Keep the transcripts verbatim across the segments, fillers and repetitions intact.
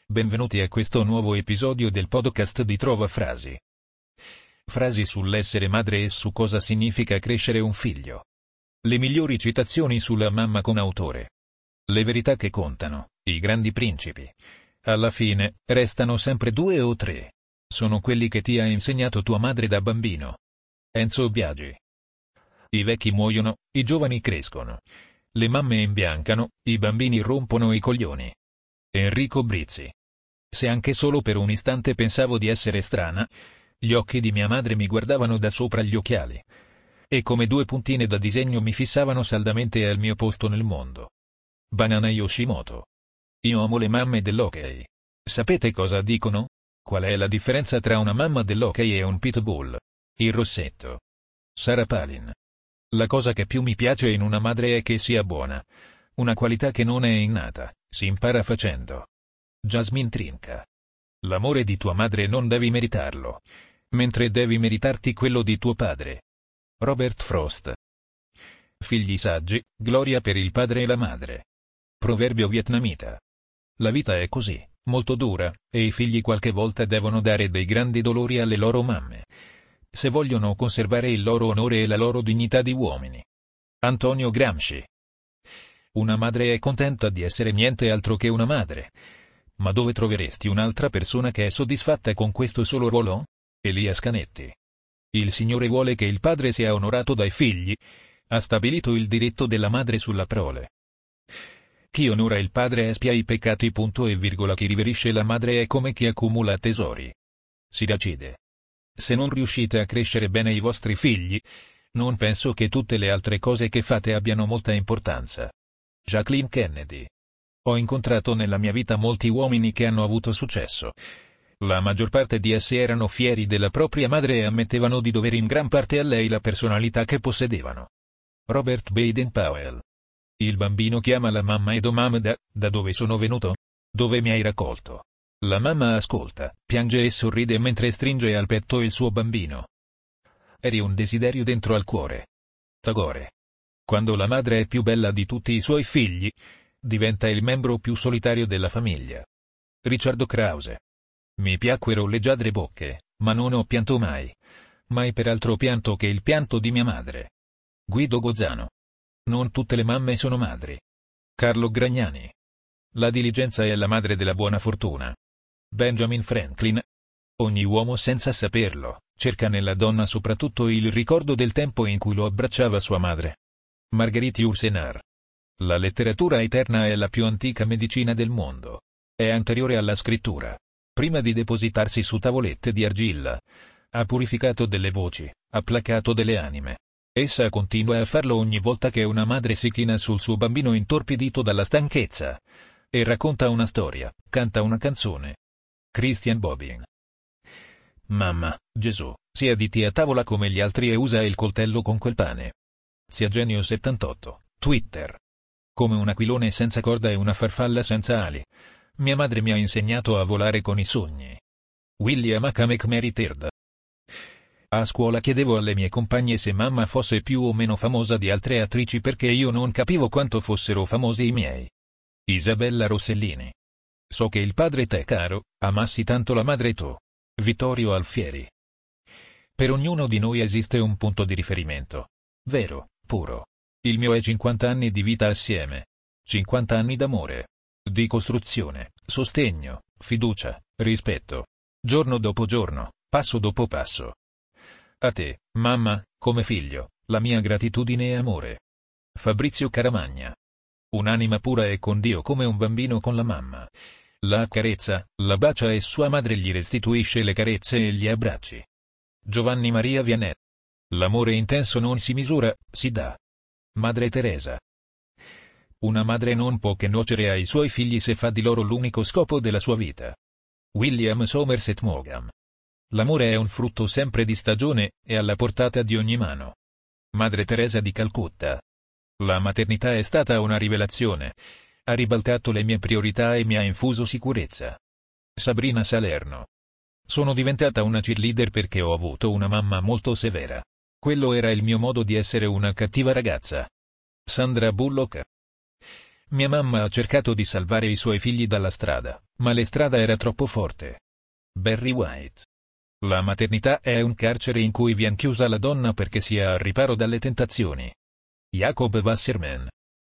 Benvenuti a questo nuovo episodio del podcast di Trova Frasi. Frasi sull'essere madre e su cosa significa crescere un figlio. Le migliori citazioni sulla mamma con autore. Le verità che contano, i grandi principi. Alla fine, restano sempre due o tre. Sono quelli che ti ha insegnato tua madre da bambino. Enzo Biagi. I vecchi muoiono, i giovani crescono. Le mamme imbiancano, i bambini rompono i coglioni. Enrico Brizzi. Se anche solo per un istante pensavo di essere strana, gli occhi di mia madre mi guardavano da sopra gli occhiali. E come due puntine da disegno mi fissavano saldamente al mio posto nel mondo. Banana Yoshimoto. Io amo le mamme dell'hockey. Sapete cosa dicono? Qual è la differenza tra una mamma dell'hockey e un pitbull? Il rossetto. Sarah Palin. La cosa che più mi piace in una madre è che sia buona. Una qualità che non è innata, si impara facendo. Jasmine Trinca. L'amore di tua madre non devi meritarlo, mentre devi meritarti quello di tuo padre. Robert Frost. Figli saggi, gloria per il padre e la madre. Proverbio vietnamita. La vita è così, molto dura, e i figli qualche volta devono dare dei grandi dolori alle loro mamme, se vogliono conservare il loro onore e la loro dignità di uomini. Antonio Gramsci. Una madre è contenta di essere niente altro che una madre. Ma dove troveresti un'altra persona che è soddisfatta con questo solo ruolo? Elias Canetti. Il Signore vuole che il padre sia onorato dai figli. Ha stabilito il diritto della madre sulla prole. Chi onora il padre espia i peccati. Punto e virgola. Chi riverisce la madre è come chi accumula tesori. Siracide. Se non riuscite a crescere bene i vostri figli, non penso che tutte le altre cose che fate abbiano molta importanza. Jacqueline Kennedy. Ho incontrato nella mia vita molti uomini che hanno avuto successo. La maggior parte di essi erano fieri della propria madre e ammettevano di dovere in gran parte a lei la personalità che possedevano. Robert Baden-Powell. Il bambino chiama la mamma e domanda: da dove sono venuto? Dove mi hai raccolto? La mamma ascolta, piange e sorride mentre stringe al petto il suo bambino. Eri un desiderio dentro al cuore. Tagore. Quando la madre è più bella di tutti i suoi figli, diventa il membro più solitario della famiglia. Riccardo Krause. Mi piacquero le leggiadre bocche, ma non ho pianto mai. Mai per altro pianto che il pianto di mia madre. Guido Gozzano. Non tutte le mamme sono madri. Carlo Gragnani. La diligenza è la madre della buona fortuna. Benjamin Franklin. Ogni uomo senza saperlo, cerca nella donna soprattutto il ricordo del tempo in cui lo abbracciava sua madre. Marguerite Yourcenar. La letteratura eterna è la più antica medicina del mondo. È anteriore alla scrittura. Prima di depositarsi su tavolette di argilla, ha purificato delle voci, ha placato delle anime. Essa continua a farlo ogni volta che una madre si china sul suo bambino intorpidito dalla stanchezza e racconta una storia, canta una canzone. Christian Bobin. Mamma, Gesù, siediti a tavola come gli altri e usa il coltello con quel pane. Zia Genio settantotto, Twitter. Come un aquilone senza corda e una farfalla senza ali. Mia madre mi ha insegnato a volare con i sogni. William H. McMurray-Third. A scuola chiedevo alle mie compagne se mamma fosse più o meno famosa di altre attrici perché io non capivo quanto fossero famosi i miei. Isabella Rossellini. So che il padre t'è caro, amassi tanto la madre tu. Vittorio Alfieri. Per ognuno di noi esiste un punto di riferimento. Vero, puro. Il mio è cinquanta anni di vita assieme. cinquanta anni d'amore. Di costruzione, sostegno, fiducia, rispetto. Giorno dopo giorno, passo dopo passo. A te, mamma, come figlio, la mia gratitudine e amore. Fabrizio Caramagna. Un'anima pura e con Dio come un bambino con la mamma. La accarezza, la bacia e sua madre gli restituisce le carezze e gli abbracci. Giovanni Maria Vianney. L'amore intenso non si misura, si dà. Madre Teresa. Una madre non può che nuocere ai suoi figli se fa di loro l'unico scopo della sua vita. William Somerset Maugham. L'amore è un frutto sempre di stagione e alla portata di ogni mano. Madre Teresa di Calcutta. La maternità è stata una rivelazione. Ha ribaltato le mie priorità e mi ha infuso sicurezza. Sabrina Salerno. Sono diventata una cheerleader perché ho avuto una mamma molto severa. Quello era il mio modo di essere una cattiva ragazza. Sandra Bullock. Mia mamma ha cercato di salvare i suoi figli dalla strada, ma la strada era troppo forte. Barry White. La maternità è un carcere in cui viene chiusa la donna perché sia al riparo dalle tentazioni. Jacob Wasserman.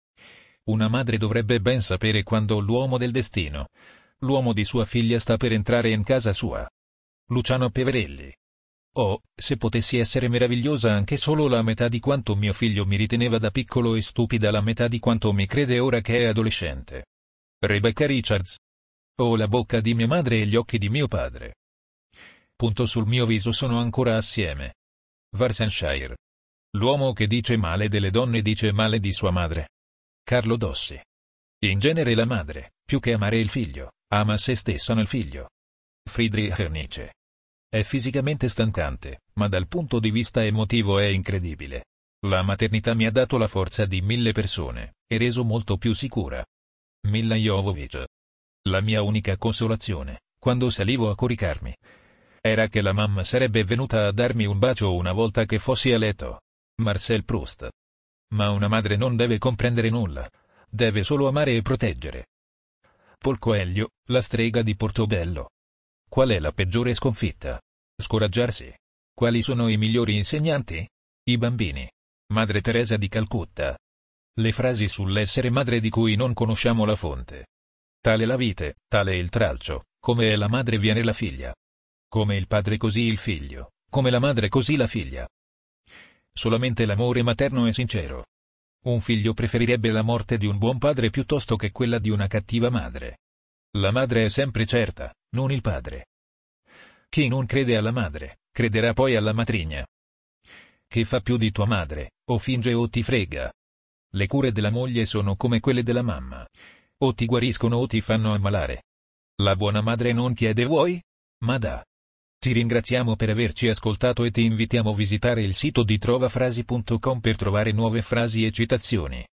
Una madre dovrebbe ben sapere quando l'uomo del destino, l'uomo di sua figlia, sta per entrare in casa sua. Luciano Peverelli. Oh, se potessi essere meravigliosa anche solo la metà di quanto mio figlio mi riteneva da piccolo e stupida la metà di quanto mi crede ora che è adolescente. Rebecca Richards. Oh, la bocca di mia madre e gli occhi di mio padre. Punto sul mio viso sono ancora assieme. Warsenshire. L'uomo che dice male delle donne dice male di sua madre. Carlo Dossi. In genere la madre, più che amare il figlio, ama se stessa nel figlio. Friedrich Nietzsche. È fisicamente stancante, ma dal punto di vista emotivo è incredibile. La maternità mi ha dato la forza di mille persone, e reso molto più sicura. Milla Jovovich. La mia unica consolazione, quando salivo a coricarmi, era che la mamma sarebbe venuta a darmi un bacio una volta che fossi a letto. Marcel Proust. Ma una madre non deve comprendere nulla, deve solo amare e proteggere. Paul Coelho, la strega di Portobello. Qual è la peggiore sconfitta? Scoraggiarsi. Quali sono i migliori insegnanti? I bambini. Madre Teresa di Calcutta. Le frasi sull'essere madre di cui non conosciamo la fonte. Tale la vite, tale il tralcio, come è la madre viene la figlia. Come il padre così il figlio, come la madre così la figlia. Solamente l'amore materno è sincero. Un figlio preferirebbe la morte di un buon padre piuttosto che quella di una cattiva madre. La madre è sempre certa, non il padre. Chi non crede alla madre, crederà poi alla matrigna. Che fa più di tua madre, o finge o ti frega. Le cure della moglie sono come quelle della mamma. O ti guariscono o ti fanno ammalare. La buona madre non chiede vuoi? Ma dà. Ti ringraziamo per averci ascoltato e ti invitiamo a visitare il sito di trovafrasi punto com per trovare nuove frasi e citazioni.